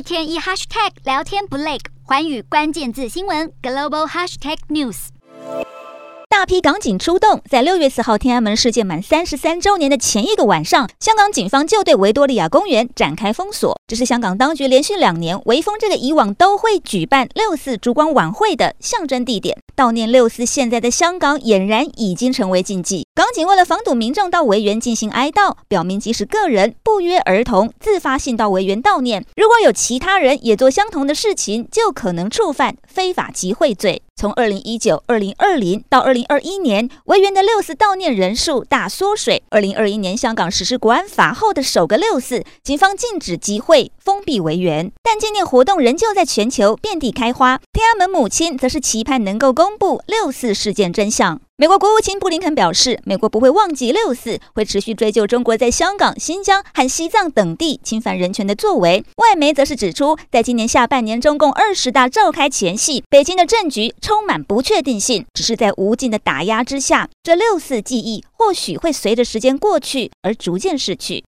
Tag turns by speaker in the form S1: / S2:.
S1: 天一 hashtag 聊天不累，寰宇关键字新闻 global hashtag news。
S2: 大批港警出动，在6月4号天安门事件满33周年的前一个晚上，香港警方就对维多利亚公园展开封锁。这是香港当局连续2年围封这个以往都会举办6·4烛光晚会的象征地点。悼念6·4现在的香港俨然已经成为禁忌。港警为了防堵民众到维园进行哀悼，表明即使个人不约而同自发性到维园悼念，如果有其他人也做相同的事情，就可能触犯非法集会罪。从2019、2020到2021年，维园的6·4悼念人数大缩水。2021年香港实施国安法后的首个6·4，警方禁止集会，封闭维园，但纪念活动仍旧在全球遍地开花。天安门母亲则是期盼能够公布6·4事件真相。美国国务卿布林肯表示，美国不会忘记6·4，会持续追究中国在香港、新疆和西藏等地侵犯人权的作为。外媒则是指出，在今年下半年中共20大召开前夕，北京的政局充满不确定性，只是在无尽的打压之下，这6·4记忆或许会随着时间过去而逐渐逝去。